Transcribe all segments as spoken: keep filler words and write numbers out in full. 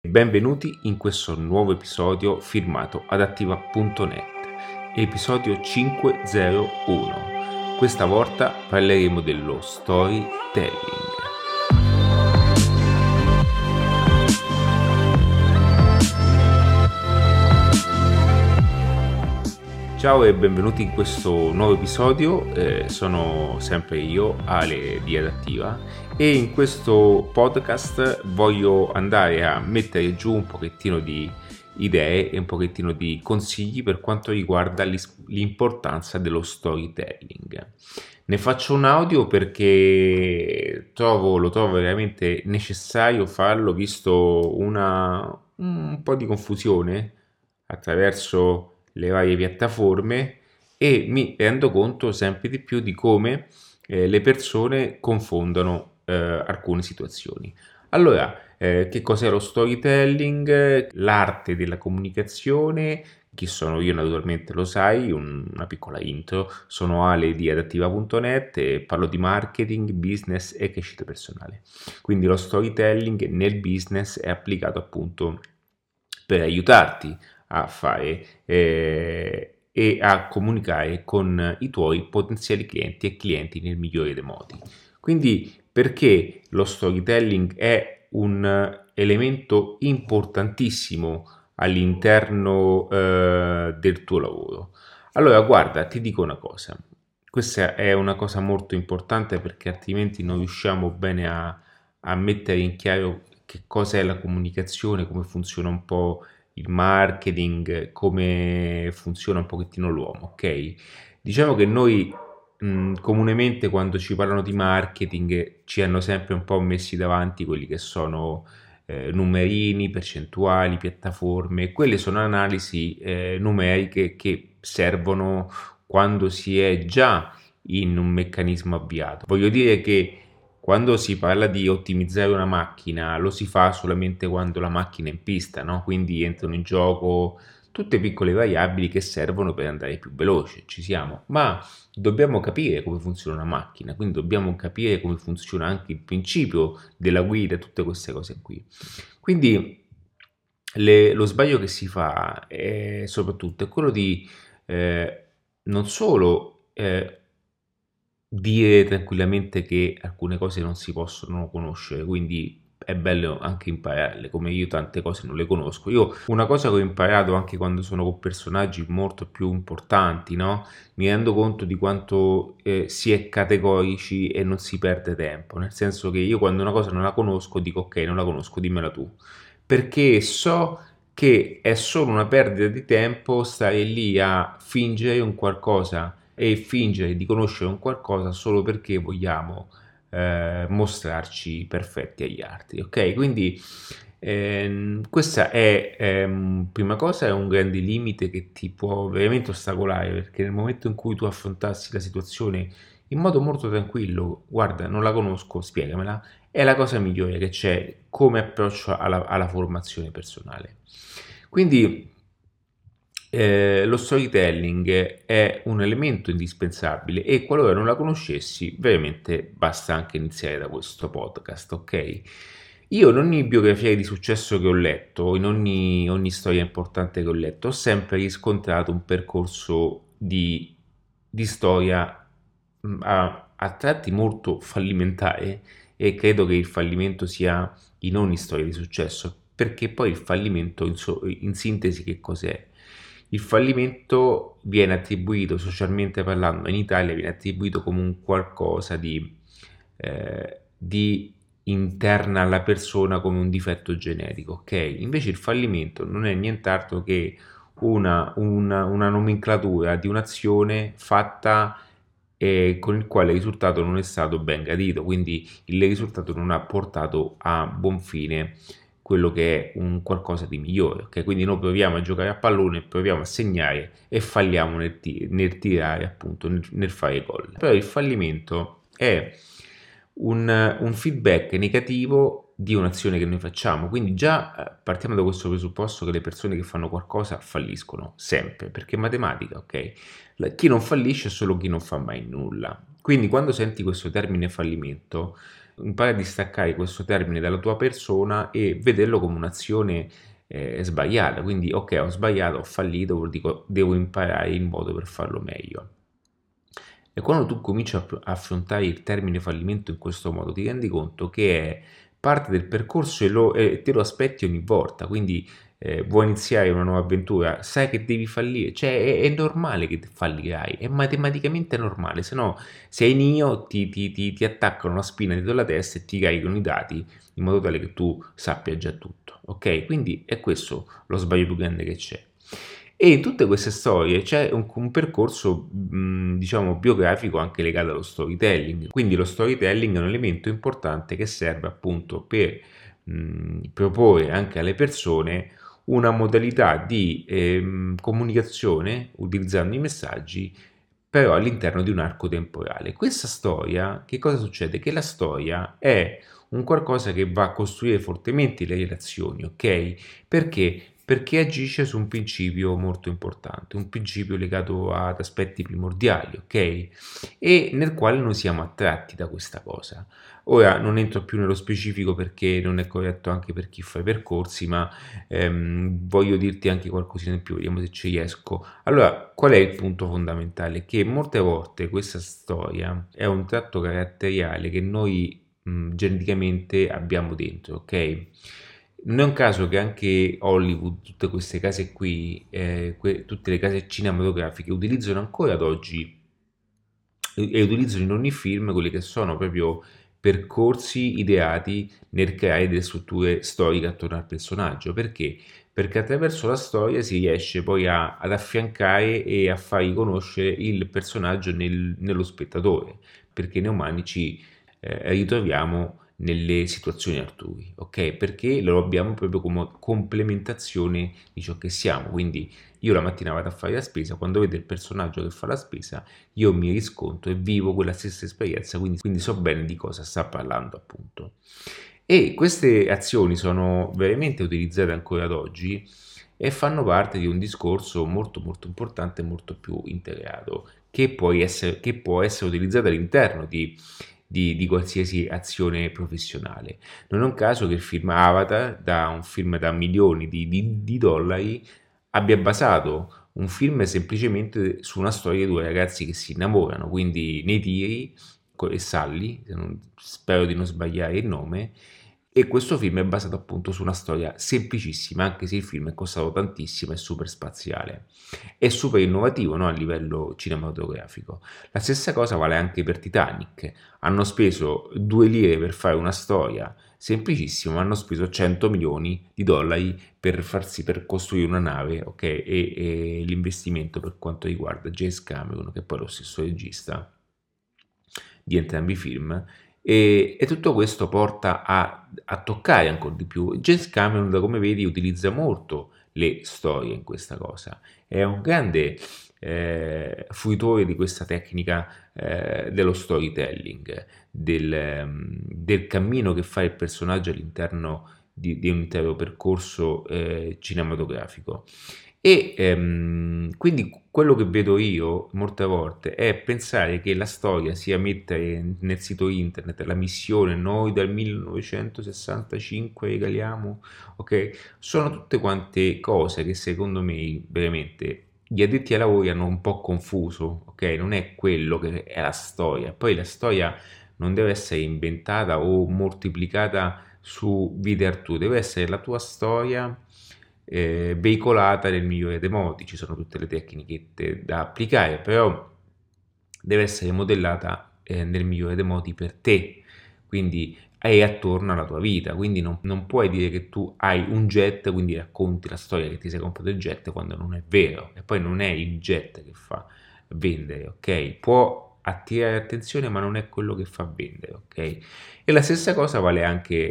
Benvenuti in questo nuovo episodio firmato adattiva punto net, episodio cinquecentouno. Questa volta parleremo dello storytelling. Ciao e benvenuti in questo nuovo episodio, eh, sono sempre io, Ale di Adattiva, e in questo podcast voglio andare a mettere giù un pochettino di idee e un pochettino di consigli per quanto riguarda l'importanza dello storytelling. Ne faccio un audio perché trovo, lo trovo veramente necessario farlo, visto una, un po' di confusione attraverso le varie piattaforme, e mi rendo conto sempre di più di come eh, le persone confondono eh, alcune situazioni. Allora, eh, che cos'è lo storytelling? L'arte della comunicazione. Chi sono io naturalmente lo sai, un, una piccola intro. Sono Ale di adattiva punto net e parlo di marketing, business e crescita personale. Quindi lo storytelling nel business è applicato appunto per aiutarti a fare eh, e a comunicare con i tuoi potenziali clienti e clienti nel migliore dei modi. Quindi perché lo storytelling è un elemento importantissimo all'interno eh, del tuo lavoro? Allora guarda, ti dico una cosa, questa è una cosa molto importante perché altrimenti non riusciamo bene a, a mettere in chiaro che cosa è la comunicazione, come funziona un po' il marketing, come funziona un pochettino l'uomo, ok? Diciamo che noi mh, comunemente quando ci parlano di marketing ci hanno sempre un po' messi davanti quelli che sono eh, numerini, percentuali, piattaforme. Quelle sono analisi eh, numeriche che servono quando si è già in un meccanismo avviato. Voglio dire che quando si parla di ottimizzare una macchina lo si fa solamente quando la macchina è in pista, no? Quindi entrano in gioco tutte piccole variabili che servono per andare più veloce, ci siamo, ma dobbiamo capire come funziona una macchina, quindi dobbiamo capire come funziona anche il principio della guida, tutte queste cose qui. Quindi le, lo sbaglio che si fa è soprattutto è quello di eh, non solo eh, dire tranquillamente che alcune cose non si possono conoscere, quindi è bello anche impararle, come io tante cose non le conosco. Io una cosa che ho imparato anche quando sono con personaggi molto più importanti, no? Mi rendo conto di quanto eh, si è categorici e non si perde tempo, nel senso che io quando una cosa non la conosco dico ok, non la conosco, dimmela tu, perché so che è solo una perdita di tempo stare lì a fingere un qualcosa e fingere di conoscere un qualcosa solo perché vogliamo eh, mostrarci perfetti agli altri, ok? Quindi ehm, questa è ehm, prima cosa, è un grande limite che ti può veramente ostacolare, perché nel momento in cui tu affrontassi la situazione in modo molto tranquillo, guarda, non la conosco, spiegamela, è la cosa migliore che c'è come approccio alla, alla formazione personale. Quindi eh, lo storytelling è un elemento indispensabile e qualora non la conoscessi, veramente basta anche iniziare da questo podcast, ok? Io in ogni biografia di successo che ho letto, in ogni, ogni storia importante che ho letto, ho sempre riscontrato un percorso di, di storia mh, a, a tratti molto fallimentare, e credo che il fallimento sia in ogni storia di successo, perché poi il fallimento in, so, in sintesi che cos'è? Il fallimento viene attribuito, socialmente parlando, in Italia viene attribuito come un qualcosa di, eh, di interna alla persona, come un difetto genetico, ok? Invece il fallimento non è nient'altro che una, una, una nomenclatura di un'azione fatta eh, con il quale il risultato non è stato ben gradito, quindi il risultato non ha portato a buon fine quello che è un qualcosa di migliore, ok? Quindi noi proviamo a giocare a pallone, proviamo a segnare e falliamo nel, tir- nel tirare, appunto, nel, nel fare gol. Però il fallimento è un, un feedback negativo di un'azione che noi facciamo, quindi già eh, partiamo da questo presupposto che le persone che fanno qualcosa falliscono sempre, perché è matematica, ok? La- chi non fallisce è solo chi non fa mai nulla. Quindi quando senti questo termine fallimento, impara a distaccare questo termine dalla tua persona e vederlo come un'azione eh, sbagliata. Quindi, ok, ho sbagliato, ho fallito, dico, devo imparare il modo per farlo meglio. E quando tu cominci a affrontare il termine fallimento in questo modo, ti rendi conto che è parte del percorso e, lo, e te lo aspetti ogni volta. Quindi eh, vuoi iniziare una nuova avventura, sai che devi fallire, cioè è, è normale che fallirai, è matematicamente normale, se no sei Neo ti, ti, ti, ti attaccano una spina dietro la testa e ti caricano i dati in modo tale che tu sappia già tutto, ok? Quindi è questo lo sbaglio più grande che c'è. E in tutte queste storie c'è un, un percorso, mh, diciamo, biografico anche legato allo storytelling. Quindi lo storytelling è un elemento importante che serve appunto per mh, proporre anche alle persone una modalità di ehm, comunicazione utilizzando i messaggi, però all'interno di un arco temporale. Questa storia, che cosa succede? Che la storia è un qualcosa che va a costruire fortemente le relazioni, ok? Perché? Perché agisce su un principio molto importante, un principio legato ad aspetti primordiali, ok? E nel quale noi siamo attratti da questa cosa. Ora non entro più nello specifico perché non è corretto anche per chi fa i percorsi, ma ehm, voglio dirti anche qualcosina in più, vediamo se ci riesco. Allora, qual è il punto fondamentale? Che molte volte questa storia è un tratto caratteriale che noi mh, geneticamente abbiamo dentro, ok? Non è un caso che anche Hollywood, tutte queste case qui, eh, que- tutte le case cinematografiche utilizzano ancora ad oggi e utilizzano in ogni film quelli che sono proprio percorsi ideati nel creare delle strutture storiche attorno al personaggio. Perché? Perché attraverso la storia si riesce poi a, ad affiancare e a far riconoscere il personaggio nel- nello spettatore, perché noi umani ci eh, ritroviamo nelle situazioni altrui, ok? Perché lo abbiamo proprio come complementazione di ciò che siamo. Quindi io la mattina vado a fare la spesa, quando vedo il personaggio che fa la spesa, io mi riscontro e vivo quella stessa esperienza, quindi, quindi so bene di cosa sta parlando, appunto. E queste azioni sono veramente utilizzate ancora ad oggi e fanno parte di un discorso molto molto importante e molto più integrato che può essere, che può essere utilizzato all'interno di, di, di qualsiasi azione professionale. Non è un caso che il film Avatar, da un film da milioni di, di, di dollari, abbia basato un film semplicemente su una storia di due ragazzi che si innamorano, quindi Neytiri e Sally, spero di non sbagliare il nome, e questo film è basato appunto su una storia semplicissima, anche se il film è costato tantissimo, è super spaziale, è super innovativo, no, a livello cinematografico. La stessa cosa vale anche per Titanic, hanno speso due lire per fare una storia semplicissima, ma hanno speso cento milioni di dollari per farsi per costruire una nave, ok? E, e l'investimento per quanto riguarda James Cameron, che poi è lo stesso regista di entrambi i film, e, e tutto questo porta a, a toccare ancora di più. James Cameron, da come vedi, utilizza molto le storie in questa cosa, è un grande eh, fruitore di questa tecnica eh, dello storytelling, del, del cammino che fa il personaggio all'interno di, di un intero percorso eh, cinematografico. E ehm, quindi quello che vedo io molte volte è pensare che la storia sia mettere nel sito internet la missione noi dal millenovecentosessantacinque regaliamo, ok? Sono tutte quante cose che secondo me veramente gli addetti ai lavori hanno un po' confuso, ok? Non è quello che è la storia. Poi la storia non deve essere inventata o moltiplicata su vite altrui, deve essere la tua storia eh, veicolata nel migliore dei modi. Ci sono tutte le tecniche da applicare, però deve essere modellata eh, nel migliore dei modi per te, quindi è attorno alla tua vita, quindi non, non puoi dire che tu hai un jet, quindi racconti la storia che ti sei comprato il jet quando non è vero, e poi non è il jet che fa vendere, ok? Può attirare attenzione, ma non è quello che fa vendere, ok? E la stessa cosa vale anche per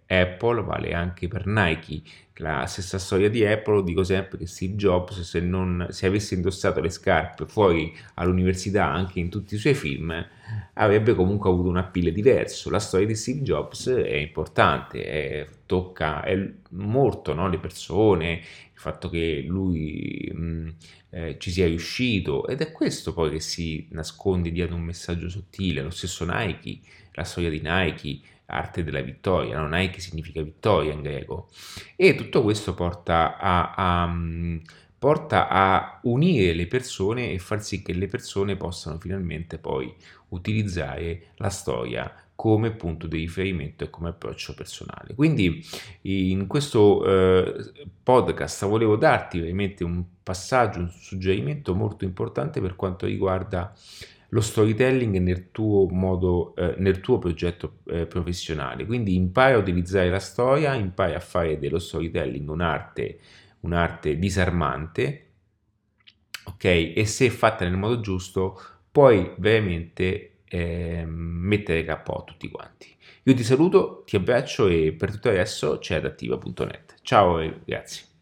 Apple, vale anche per Nike, la stessa storia di Apple. Dico sempre che Steve Jobs, se, non, se avesse indossato le scarpe fuori all'università anche in tutti i suoi film, avrebbe comunque avuto un appeal diverso. La storia di Steve Jobs è importante, è, tocca è molto, no, le persone, il fatto che lui mh, eh, ci sia riuscito, ed è questo poi che si nasconde dietro un messaggio sottile. Lo stesso Nike, la storia di Nike, arte della vittoria, no? Nike significa vittoria in greco, e tutto questo porta a, a, porta a unire le persone e far sì che le persone possano finalmente poi utilizzare la storia come punto di riferimento e come approccio personale. Quindi in questo eh, podcast volevo darti veramente un passaggio, un suggerimento molto importante per quanto riguarda lo storytelling nel tuo modo, eh, nel tuo progetto eh, professionale. Quindi impara a utilizzare la storia, impara a fare dello storytelling un'arte, un'arte disarmante, ok? E se fatta nel modo giusto, puoi veramente eh, mettere capo a tutti quanti. Io ti saluto, ti abbraccio e per tutto adesso c'è adattiva punto net. Ciao e grazie.